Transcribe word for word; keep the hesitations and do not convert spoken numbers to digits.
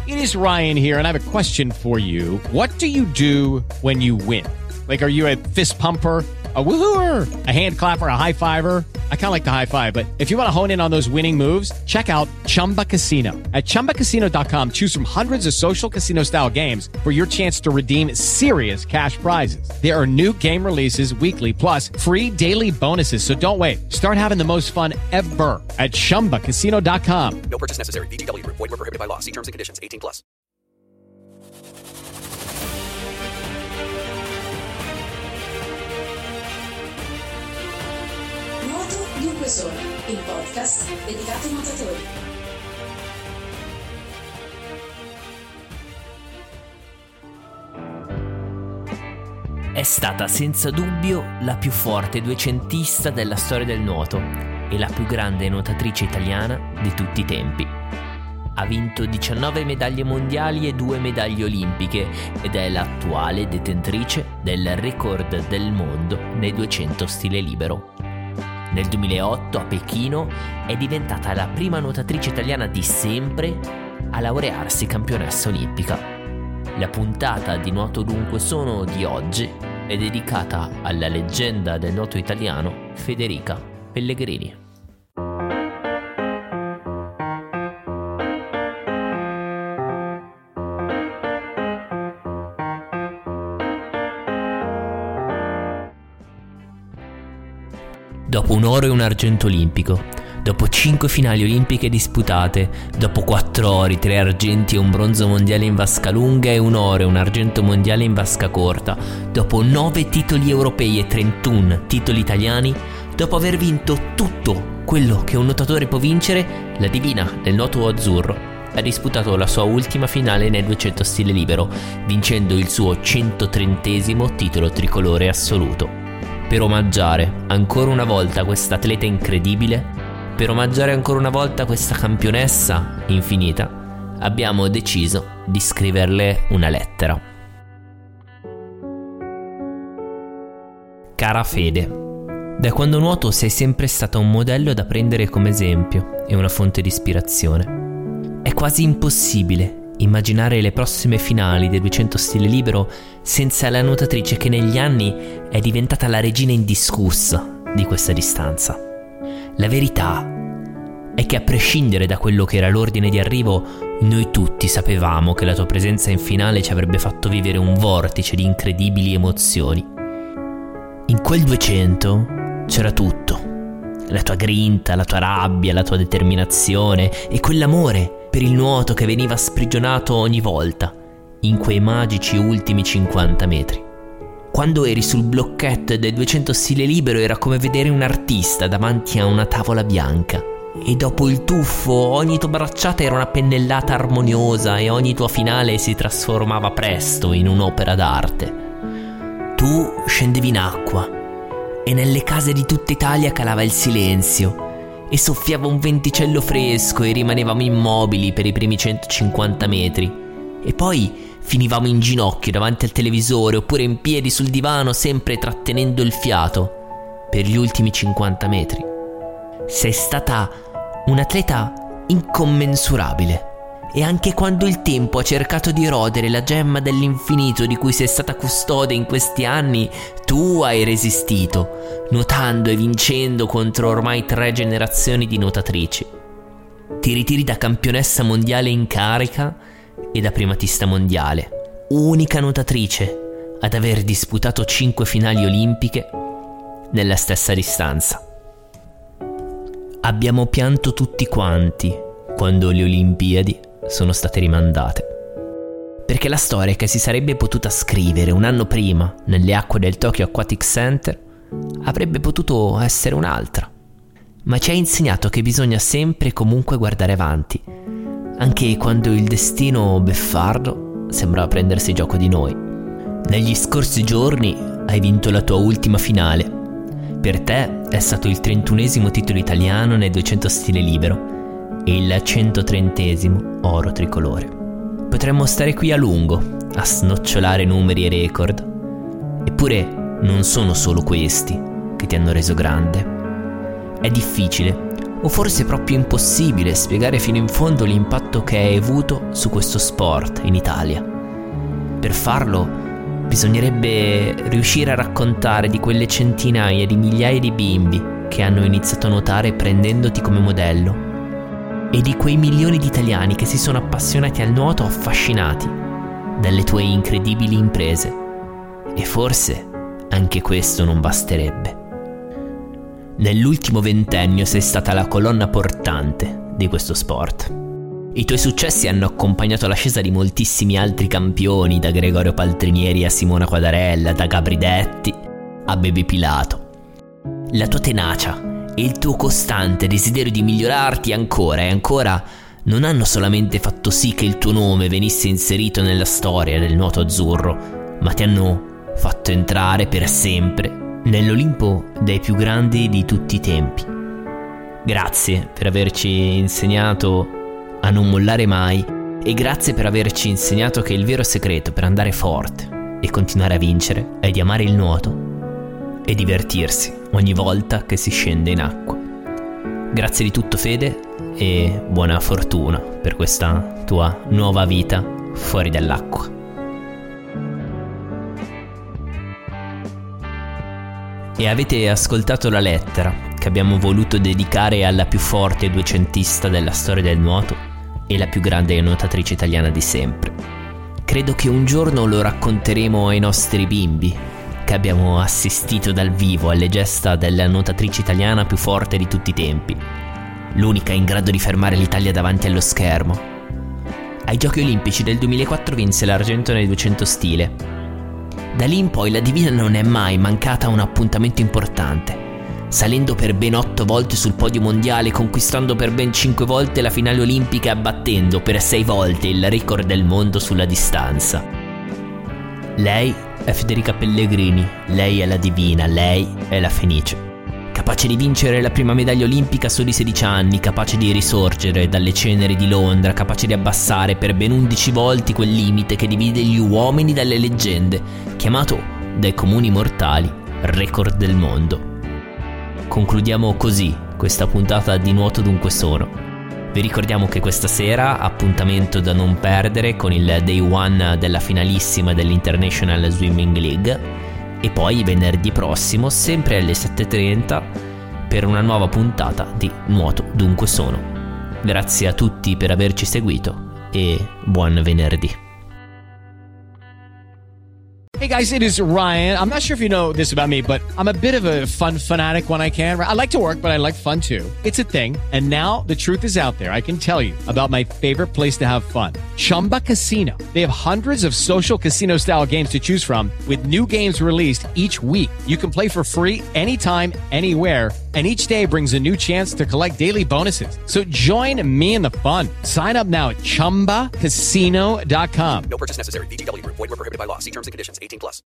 It is Ryan here, and I have a question for you. What do you do when you win? Like, are you a fist pumper, a woohooer, a hand clapper, a high fiver? I kind of like the high five, but if you want to hone in on those winning moves, check out Chumba Casino. At chumba casino dot com, choose from hundreds of social casino style games for your chance to redeem serious cash prizes. There are new game releases weekly, plus free daily bonuses. So don't wait. Start having the most fun ever at chumba casino dot com. No purchase necessary. V G W Group. Void where prohibited by law. See terms and conditions. eighteen plus. Nuoto Dunque Sono, il podcast dedicato ai nuotatori. È stata senza dubbio la più forte duecentista della storia del nuoto e la più grande nuotatrice italiana di tutti i tempi. Ha vinto diciannove medaglie mondiali e due medaglie olimpiche ed è l'attuale detentrice del record del mondo nei duecento stile libero. Nel duemilaotto a Pechino è diventata la prima nuotatrice italiana di sempre a laurearsi campionessa olimpica. La puntata di Nuoto Dunque Sono di oggi è dedicata alla leggenda del nuoto italiano Federica Pellegrini. Dopo un oro e un argento olimpico, dopo cinque finali olimpiche disputate, dopo quattro ori, tre argenti e un bronzo mondiale in vasca lunga e un oro e un argento mondiale in vasca corta, dopo nove titoli europei e trentuno titoli italiani, dopo aver vinto tutto quello che un nuotatore può vincere, la divina del nuoto azzurro ha disputato la sua ultima finale nei duecento stile libero, vincendo il suo centotrentesimo titolo tricolore assoluto. Per omaggiare ancora una volta questa atleta incredibile, per omaggiare ancora una volta questa campionessa infinita, abbiamo deciso di scriverle una lettera. Cara Fede, da quando nuoto sei sempre stata un modello da prendere come esempio e una fonte di ispirazione. È quasi impossibile immaginare le prossime finali del duecento stile libero senza la nuotatrice che negli anni è diventata la regina indiscussa di questa distanza. La verità è che a prescindere da quello che era l'ordine di arrivo, noi tutti sapevamo che la tua presenza in finale ci avrebbe fatto vivere un vortice di incredibili emozioni. In quel duecento c'era tutto: la tua grinta, la tua rabbia, la tua determinazione e quell'amore per il nuoto che veniva sprigionato ogni volta in quei magici ultimi cinquanta metri. Quando eri sul blocchetto del duecento stile libero era come vedere un artista davanti a una tavola bianca, e dopo il tuffo ogni tua bracciata era una pennellata armoniosa e ogni tua finale si trasformava presto in un'opera d'arte. Tu scendevi in acqua e nelle case di tutta Italia calava il silenzio e soffiava un venticello fresco e rimanevamo immobili per i primi centocinquanta metri, e poi finivamo in ginocchio davanti al televisore oppure in piedi sul divano, sempre trattenendo il fiato per gli ultimi cinquanta metri. Sei stata un'atleta incommensurabile, e anche quando il tempo ha cercato di erodere la gemma dell'infinito di cui sei stata custode in questi anni, tu hai resistito, nuotando e vincendo contro ormai tre generazioni di nuotatrici. Ti ritiri da campionessa mondiale in carica e da primatista mondiale, unica nuotatrice ad aver disputato cinque finali olimpiche nella stessa distanza. Abbiamo pianto tutti quanti quando le Olimpiadi sono state rimandate, perché la storia che si sarebbe potuta scrivere un anno prima nelle acque del Tokyo Aquatic Center avrebbe potuto essere un'altra, ma ci ha insegnato che bisogna sempre e comunque guardare avanti, anche quando il destino beffardo sembra prendersi gioco di noi. Negli scorsi giorni hai vinto la tua ultima finale. Per te è stato il trentunesimo titolo italiano nei duecento stile libero e il centotrentesimo oro tricolore. Potremmo stare qui a lungo a snocciolare numeri e record, eppure non sono solo questi che ti hanno reso grande. È difficile o forse proprio impossibile spiegare fino in fondo l'impatto che hai avuto su questo sport in Italia. Per farlo bisognerebbe riuscire a raccontare di quelle centinaia di migliaia di bimbi che hanno iniziato a nuotare prendendoti come modello e di quei milioni di italiani che si sono appassionati al nuoto affascinati dalle tue incredibili imprese. E forse anche questo non basterebbe. Nell'ultimo ventennio sei stata la colonna portante di questo sport. I tuoi successi hanno accompagnato l'ascesa di moltissimi altri campioni, da Gregorio Paltrinieri a Simona Quadarella, da Gabri Detti a Beppe Pilato. La tua tenacia e il tuo costante desiderio di migliorarti ancora e ancora non hanno solamente fatto sì che il tuo nome venisse inserito nella storia del nuoto azzurro, ma ti hanno fatto entrare per sempre nell'Olimpo dei più grandi di tutti i tempi. Grazie per averci insegnato a non mollare mai e grazie per averci insegnato che il vero segreto per andare forte e continuare a vincere è di amare il nuoto e divertirsi ogni volta che si scende in acqua. Grazie di tutto, Fede, e buona fortuna per questa tua nuova vita fuori dall'acqua. E avete ascoltato la lettera che abbiamo voluto dedicare alla più forte duecentista della storia del nuoto e la più grande nuotatrice italiana di sempre. Credo che un giorno lo racconteremo ai nostri bimbi, che abbiamo assistito dal vivo alle gesta della nuotatrice italiana più forte di tutti i tempi, l'unica in grado di fermare l'Italia davanti allo schermo. Ai Giochi Olimpici del duemilaquattro vinse l'argento nel duecento stile. Da lì in poi la Divina non è mai mancata a un appuntamento importante, salendo per ben otto volte sul podio mondiale, conquistando per ben cinque volte la finale olimpica e abbattendo per sei volte il record del mondo sulla distanza. Lei è Federica Pellegrini, lei è la Divina, lei è la Fenice. Capace di vincere la prima medaglia olimpica a soli sedici anni, capace di risorgere dalle ceneri di Londra, capace di abbassare per ben undici volte quel limite che divide gli uomini dalle leggende, chiamato dai comuni mortali record del mondo. Concludiamo così questa puntata di Nuoto Dunque Sono. Vi ricordiamo che questa sera appuntamento da non perdere con il day one della finalissima dell'International Swimming League e poi venerdì prossimo sempre alle sette e trenta per una nuova puntata di Nuoto Dunque Sono. Grazie a tutti per averci seguito e buon venerdì. Hey guys, it is Ryan. I'm not sure if you know this about me, but I'm a bit of a fun fanatic when I can. I like to work, but I like fun too. It's a thing. And now the truth is out there. I can tell you about my favorite place to have fun. Chumba Casino. They have hundreds of social casino style games to choose from with new games released each week. You can play for free anytime, anywhere. And each day brings a new chance to collect daily bonuses. So join me in the fun. Sign up now at chumba casino dot com. No purchase necessary. V G W Group. Void where prohibited by law. See terms and conditions. eighteen plus.